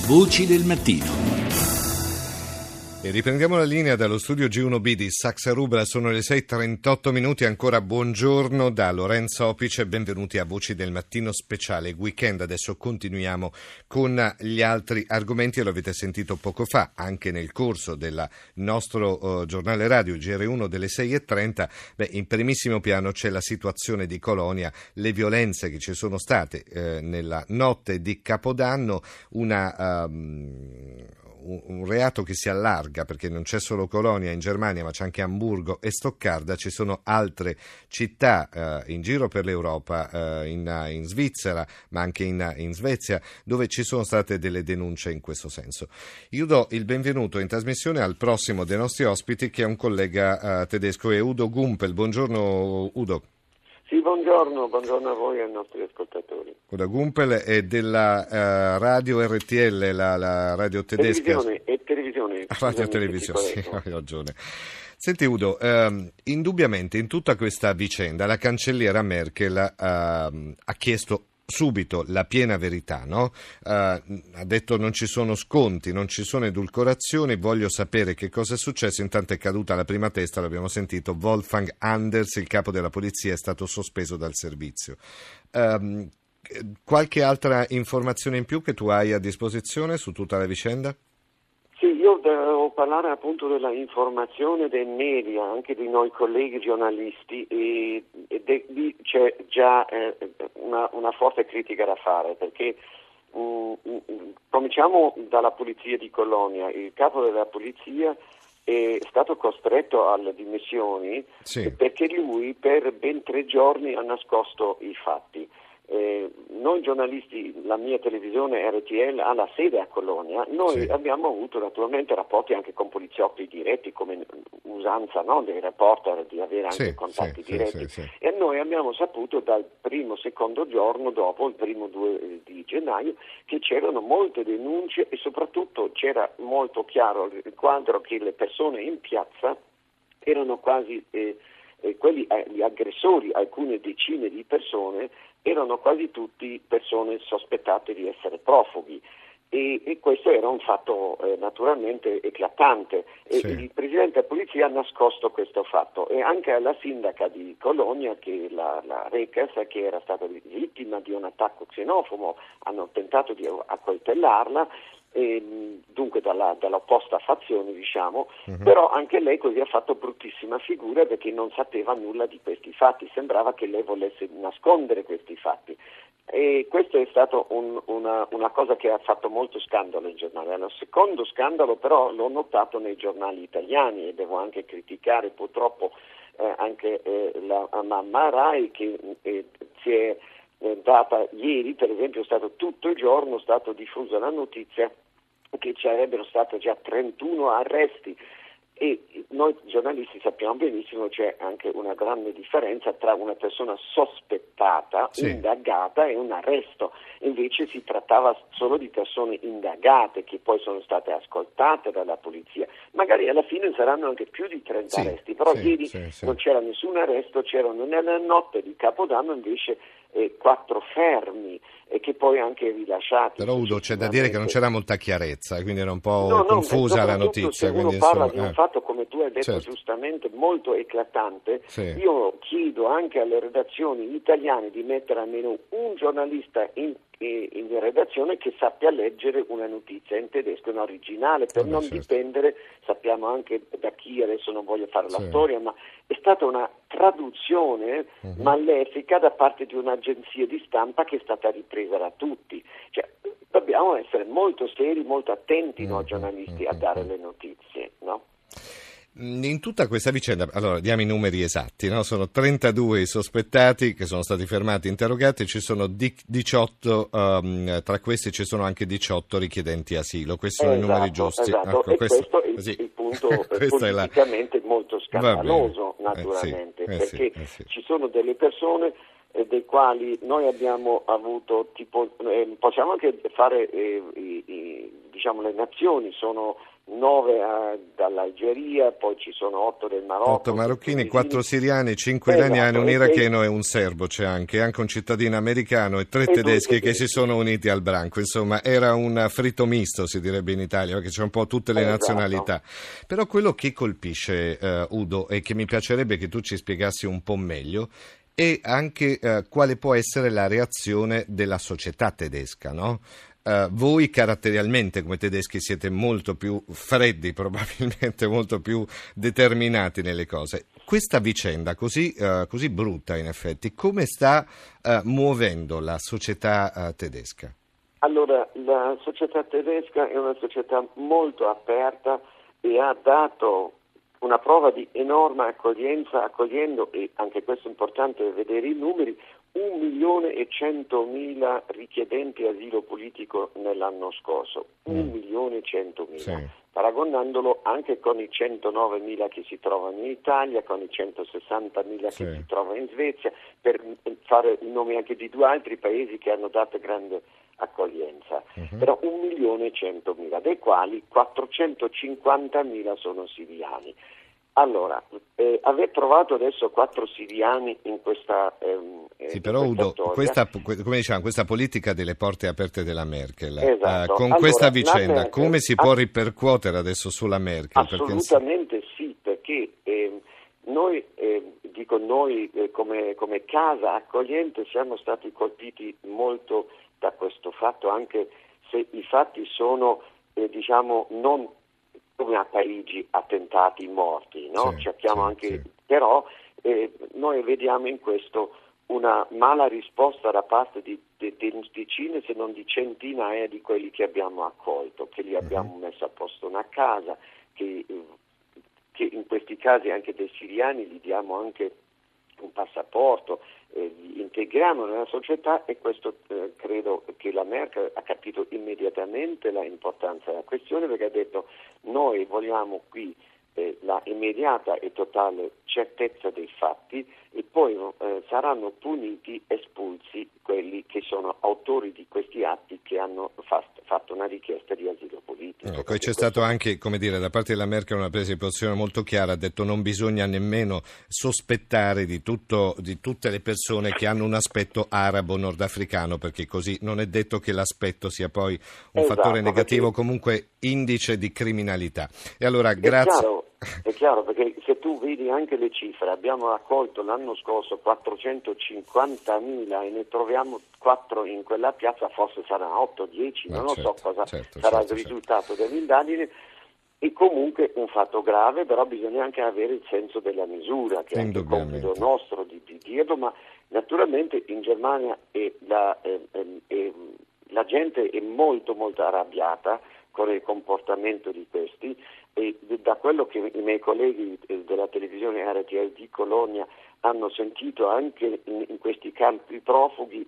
Voci del mattino. E riprendiamo la linea dallo studio G1B di Saxa Rubra, sono le 6:38, ancora buongiorno da Lorenzo Opice, benvenuti a Voci del Mattino speciale weekend. Adesso continuiamo con gli altri argomenti e lo avete sentito poco fa, anche nel corso del nostro giornale radio, il GR1 delle 6:30. In primissimo piano c'è la situazione di Colonia, le violenze che ci sono state nella notte di Capodanno, un reato che si allarga perché non c'è solo Colonia in Germania, ma c'è anche Amburgo e Stoccarda. Ci sono altre città in giro per l'Europa, in Svizzera, ma anche in Svezia, dove ci sono state delle denunce in questo senso. Io do il benvenuto in trasmissione al prossimo dei nostri ospiti, che è un collega tedesco, è Udo Gumpel. Buongiorno Udo. Sì, buongiorno a voi e ai nostri ascoltatori. Udo Gumpel è della radio RTL, la radio tedesca. Televisione. Radio televisione, sì, hai ragione. Senti Udo, indubbiamente in tutta questa vicenda la cancelliera Merkel ha chiesto subito la piena verità, no? Ha detto non ci sono sconti, non ci sono edulcorazioni, voglio sapere che cosa è successo. Intanto è caduta la prima testa, l'abbiamo sentito, Wolfgang Anders, il capo della polizia, è stato sospeso dal servizio. Qualche altra informazione in più che tu hai a disposizione su tutta la vicenda? Sì, io devo parlare appunto della informazione dei media, anche di noi colleghi giornalisti, e lì c'è già una forte critica da fare, perché cominciamo dalla polizia di Colonia. Il capo della polizia è stato costretto alle dimissioni, sì, perché lui per ben 3 giorni ha nascosto i fatti. Noi giornalisti, la mia televisione RTL ha la sede a Colonia, noi abbiamo avuto naturalmente rapporti anche con poliziotti diretti, come usanza, no, dei reporter, di avere anche contatti diretti. E noi abbiamo saputo dal secondo giorno dopo, il 2 di gennaio, che c'erano molte denunce e soprattutto c'era molto chiaro il quadro che le persone in piazza erano quasi gli aggressori, alcune decine di persone, erano quasi tutti persone sospettate di essere profughi e questo era un fatto naturalmente eclatante. Sì. Il presidente della polizia ha nascosto questo fatto e anche la sindaca di Colonia, che la Rekers, che era stata vittima di un attacco xenofobo, hanno tentato di accoltellarla, dunque dall'opposta fazione, diciamo, però anche lei così ha fatto bruttissima figura perché non sapeva nulla di questi fatti, sembrava che lei volesse nascondere questi fatti e questo è stato una cosa che ha fatto molto scandalo in giornale. Il secondo scandalo però l'ho notato nei giornali italiani e devo anche criticare purtroppo anche la mamma Rai, che si è data ieri, per esempio, è stato tutto il giorno stato diffusa la notizia che ci sarebbero stati già 31 arresti e noi giornalisti sappiamo benissimo c'è anche una grande differenza tra una persona sospettata, indagata e un arresto. Invece si trattava solo di persone indagate che poi sono state ascoltate dalla polizia. Magari alla fine saranno anche più di 30 arresti, però ieri non c'era nessun arresto, c'erano nella notte di Capodanno invece 4 fermi e che poi anche rilasciati. Però Udo, c'è da dire che non c'era molta chiarezza, quindi era un po' confusa la notizia. Se uno parla di un fatto, come tu hai detto giustamente, molto eclatante, io chiedo anche alle redazioni italiane di mettere almeno un giornalista in redazione che sappia leggere una notizia in tedesco in originale, per non dipendere, sappiamo anche da chi, adesso non voglio fare la storia, ma è stata una traduzione malefica da parte di un'agenzia di stampa che è stata ripresa da tutti. Cioè, dobbiamo essere molto seri, molto attenti noi giornalisti a dare le notizie, no? In tutta questa vicenda, allora diamo i numeri esatti, no? Sono 32 i sospettati che sono stati fermati, interrogati, ci sono 18, tra questi ci sono anche 18 richiedenti asilo, questi sono i numeri giusti. Esatto. E questo è il punto politicamente molto scandaloso, naturalmente, perché ci sono delle persone dei quali noi abbiamo avuto, possiamo anche fare, diciamo, le nazioni sono 9 dall'Algeria, poi ci sono 8 del Marocco. 8 marocchini, 4 siriani, 5 iraniani, un iracheno e un serbo c'è anche un cittadino americano e 3 tedeschi che si sono uniti al branco. Insomma, era un fritto misto, si direbbe in Italia, perché c'è un po' tutte le nazionalità. Però quello che colpisce, Udo, e che mi piacerebbe che tu ci spiegassi un po' meglio, e anche quale può essere la reazione della società tedesca, no? Voi caratterialmente come tedeschi siete molto più freddi, probabilmente molto più determinati nelle cose. Questa vicenda così brutta in effetti, come sta muovendo la società tedesca? Allora, la società tedesca è una società molto aperta e ha dato una prova di enorme accoglienza, accogliendo, e anche questo è importante vedere i numeri, 1.100.000 richiedenti asilo politico nell'anno scorso, 1.100.000, sì. Paragonandolo anche con i 109.000 che si trovano in Italia, con i 160.000 sì. che si trovano in Svezia, per fare i nomi anche di 2 altri paesi che hanno dato grande accoglienza, però 1.100.000, dei quali 450.000 sono siriani. Allora, aver trovato adesso 4 siriani in questa sì, però Udo, come diciamo, questa politica delle porte aperte della Merkel, esatto. Con questa vicenda, Merkel, come si può ripercuotere adesso sulla Merkel? Assolutamente sì, perché noi come casa accogliente siamo stati colpiti molto da questo fatto, anche se i fatti sono non come a Parigi, attentati, morti, no? Sì, cerchiamo sì, anche, sì. Però noi vediamo in questo una mala risposta da parte di decine se non di centinaia di quelli che abbiamo accolto, che li abbiamo messo a posto una casa, che in questi casi anche dei siriani gli diamo anche un passaporto, li integriamo nella società, e questo credo che la Merkel ha capito immediatamente la importanza della questione, perché ha detto: noi vogliamo qui la immediata e totale certezza dei fatti, e poi saranno puniti, espulsi quelli che sono autori di questi atti, che hanno fatto una richiesta di asilo politico. Ecco, e c'è stato anche, come dire, da parte della Merkel una presa di posizione molto chiara, ha detto: non bisogna nemmeno sospettare di tutte le persone che hanno un aspetto arabo nordafricano, perché così non è detto che l'aspetto sia poi un fattore negativo, comunque indice di criminalità. E allora, grazie. È chiaro, perché se tu vedi anche le cifre, abbiamo raccolto l'anno scorso 450.000 e ne troviamo 4 in quella piazza, forse saranno 8, 10, non lo so cosa sarà il risultato dell'indagine, e comunque un fatto grave, però bisogna anche avere il senso della misura, che è anche compito nostro di dirlo, ma naturalmente in Germania la gente è molto molto arrabbiata con il comportamento di questi, e da quello che i miei colleghi della televisione RTL di Colonia hanno sentito anche in questi campi profughi,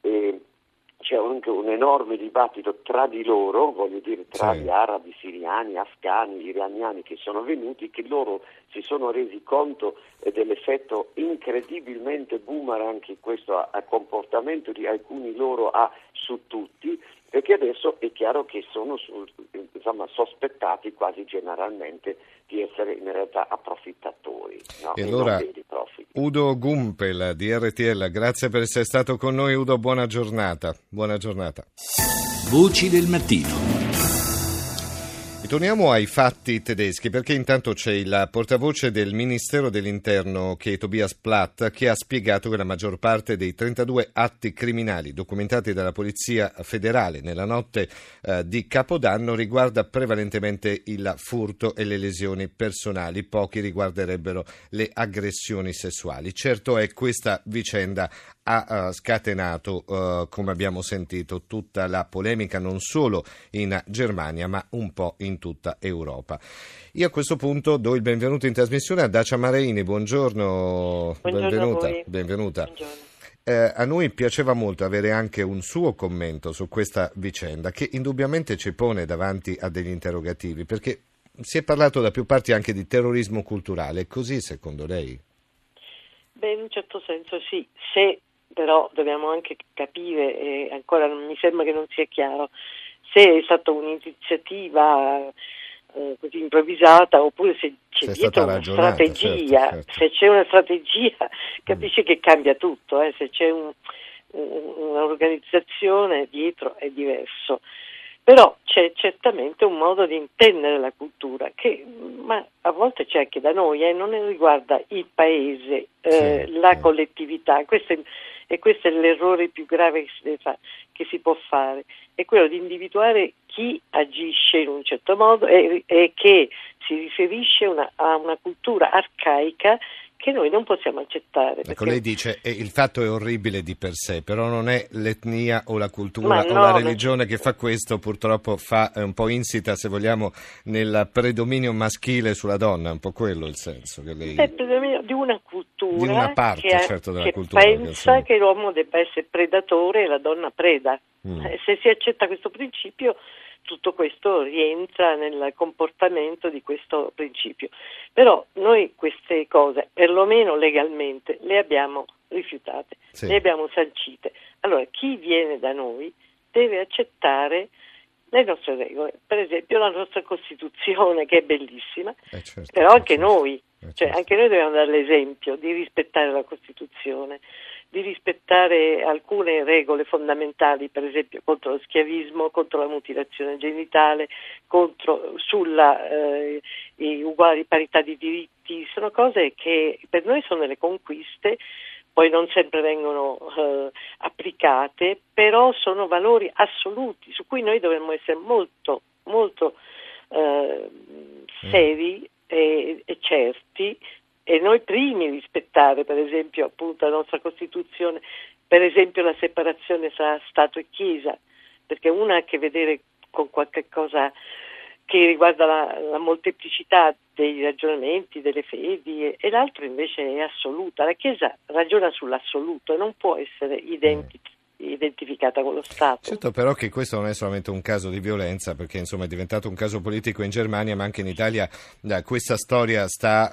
c'è anche un enorme dibattito tra di loro, voglio dire tra gli arabi, siriani, afghani, iraniani che sono venuti, che loro si sono resi conto dell'effetto incredibilmente boomerang che questo comportamento di alcuni loro ha su tutti, perché adesso è chiaro che sono sospettati quasi generalmente di essere in realtà approfittatori, no? E allora, Udo Gumpel di RTL, grazie per essere stato con noi. Udo, buona giornata. Buona giornata. Voci del mattino. Torniamo ai fatti tedeschi, perché intanto c'è il portavoce del Ministero dell'Interno, che è Tobias Platt, che ha spiegato che la maggior parte dei 32 atti criminali documentati dalla Polizia Federale nella notte di Capodanno riguarda prevalentemente il furto e le lesioni personali, pochi riguarderebbero le aggressioni sessuali. Certo è, questa vicenda ha scatenato, come abbiamo sentito, tutta la polemica non solo in Germania ma un po' in tutta Europa. Io a questo punto do il benvenuto in trasmissione a Dacia Mareini. Buongiorno, benvenuta. Benvenuta. Buongiorno. A noi piaceva molto avere anche un suo commento su questa vicenda, che indubbiamente ci pone davanti a degli interrogativi, perché si è parlato da più parti anche di terrorismo culturale. È così secondo lei? Beh, in un certo senso sì, se però dobbiamo anche capire, e ancora mi sembra che non sia chiaro, se è stata un'iniziativa così improvvisata, oppure se c'è dietro una ragionata, strategia, certo. Se c'è una strategia capisci che cambia tutto, se c'è un'organizzazione dietro è diverso. Però c'è certamente un modo di intendere la cultura ma a volte c'è anche da noi, non riguarda il paese, la collettività. Questo è l'errore più grave che si può fare, è quello di individuare chi agisce in un certo modo e che si riferisce a una cultura arcaica che noi non possiamo accettare. Ecco, lei dice il fatto è orribile di per sé, però non è l'etnia o la cultura o la religione che fa questo, purtroppo fa un po' insita, se vogliamo, nel predominio maschile sulla donna, è un po' quello il senso che lei... È il predominio di una cultura, di una parte, certo, della cultura, pensa che l'uomo debba essere predatore e la donna preda. Se si accetta questo principio, tutto questo rientra nel comportamento di questo principio. Però noi queste cose, perlomeno legalmente, le abbiamo rifiutate, le abbiamo sancite. Allora chi viene da noi deve accettare le nostre regole, per esempio la nostra Costituzione, che è bellissima, però anche noi, anche noi dobbiamo dare l'esempio di rispettare la Costituzione, di rispettare alcune regole fondamentali, per esempio contro lo schiavismo, contro la mutilazione genitale, sulla uguali parità di diritti. Sono cose che per noi sono delle conquiste, poi non sempre vengono applicate, però sono valori assoluti su cui noi dovremmo essere molto, molto seri e certi, e noi primi rispettare, per esempio, appunto la nostra Costituzione, per esempio la separazione tra Stato e Chiesa, perché una ha a che vedere con qualche cosa che riguarda la molteplicità dei ragionamenti, delle fedi, e l'altro invece è assoluta. La Chiesa ragiona sull'assoluto e non può essere identificata con lo Stato. Certo, però che questo non è solamente un caso di violenza, perché insomma è diventato un caso politico in Germania, ma anche in Italia questa storia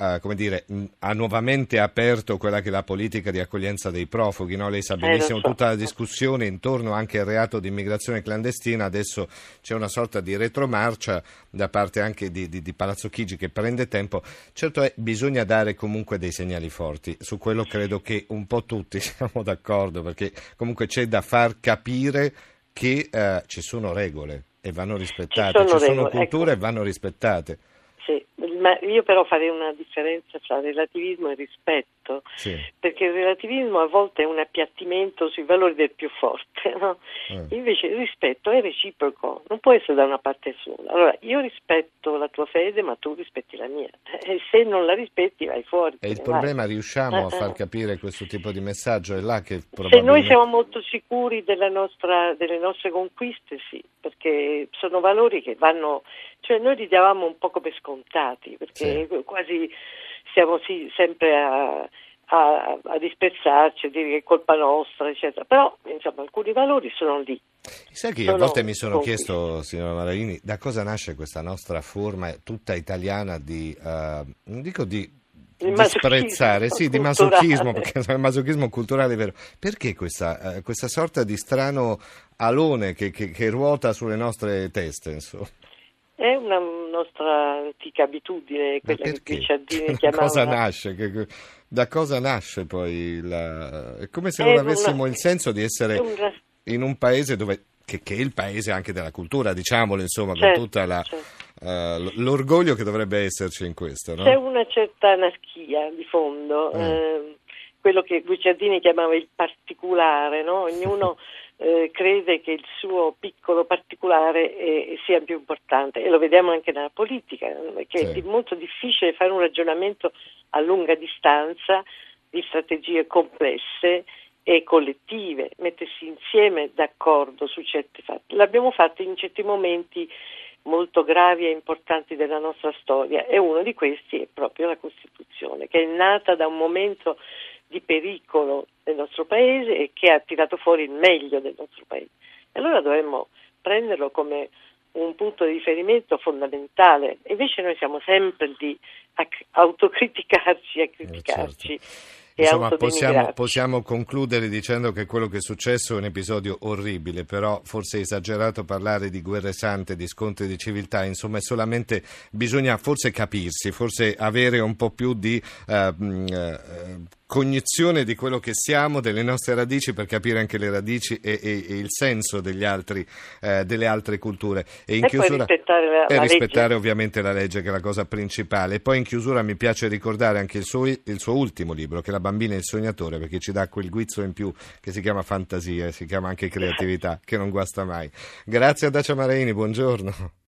ha nuovamente aperto quella che è la politica di accoglienza dei profughi, no? Lei sa benissimo tutta la discussione intorno anche al reato di immigrazione clandestina. Adesso c'è una sorta di retromarcia da parte anche di Palazzo Chigi che prende tempo. Certo bisogna dare comunque dei segnali forti, su quello credo che un po' tutti siamo d'accordo, perché comunque c'è da far capire che ci sono regole e vanno rispettate, ci sono culture e vanno rispettate. Sì, ma io però farei una differenza tra relativismo e rispetto, perché il relativismo a volte è un appiattimento sui valori del più forte, no? Invece il rispetto è reciproco, non può essere da una parte sola. Allora io rispetto la tua fede, ma tu rispetti la mia, e se non la rispetti vai fuori. E il problema, riusciamo a far capire questo tipo di messaggio? È là che probabilmente... Se noi siamo molto sicuri delle nostre conquiste, sì, perché sono valori che vanno, cioè noi li davamo un poco per scontati, perché quasi siamo sempre a disprezzarci, a dire che è colpa nostra, eccetera. Però insomma alcuni valori sono lì. Sai che io a volte mi sono chiesto, signora Maraini, da cosa nasce questa nostra forma tutta italiana di, non dico di disprezzare, di masochismo, perché è il masochismo culturale, vero? Perché questa sorta di strano alone che ruota sulle nostre teste, insomma? È una nostra antica abitudine, quella che Guicciardini chiamava... Cosa nasce? Da cosa nasce poi? È come se non avessimo il senso di essere in un paese dove che è il paese anche della cultura, diciamolo, insomma, con tutta l'orgoglio che dovrebbe esserci in questo, no? C'è una certa anarchia di fondo, quello che Guicciardini chiamava il particolare, no? Ognuno crede che il suo piccolo particolare sia più importante, e lo vediamo anche nella politica, perché è molto difficile fare un ragionamento a lunga distanza di strategie complesse e collettive, mettersi insieme d'accordo su certi fatti. L'abbiamo fatto in certi momenti molto gravi e importanti della nostra storia, e uno di questi è proprio la Costituzione, che è nata da un momento di pericolo del nostro paese e che ha tirato fuori il meglio del nostro paese. E allora dovremmo prenderlo come un punto di riferimento fondamentale. Invece noi siamo sempre lì a autocriticarci e a criticarci. Insomma, possiamo concludere dicendo che quello che è successo è un episodio orribile, però forse è esagerato parlare di guerre sante, di scontri di civiltà, insomma è solamente, bisogna forse capirsi, forse avere un po' più di cognizione di quello che siamo, delle nostre radici, per capire anche le radici e il senso degli altri, delle altre culture. E in chiusura rispettare ovviamente la legge, che è la cosa principale. E poi in chiusura mi piace ricordare anche il suo ultimo libro, che è La bambina e il sognatore, perché ci dà quel guizzo in più che si chiama fantasia, si chiama anche creatività, che non guasta mai. Grazie a Dacia Maraini, buongiorno.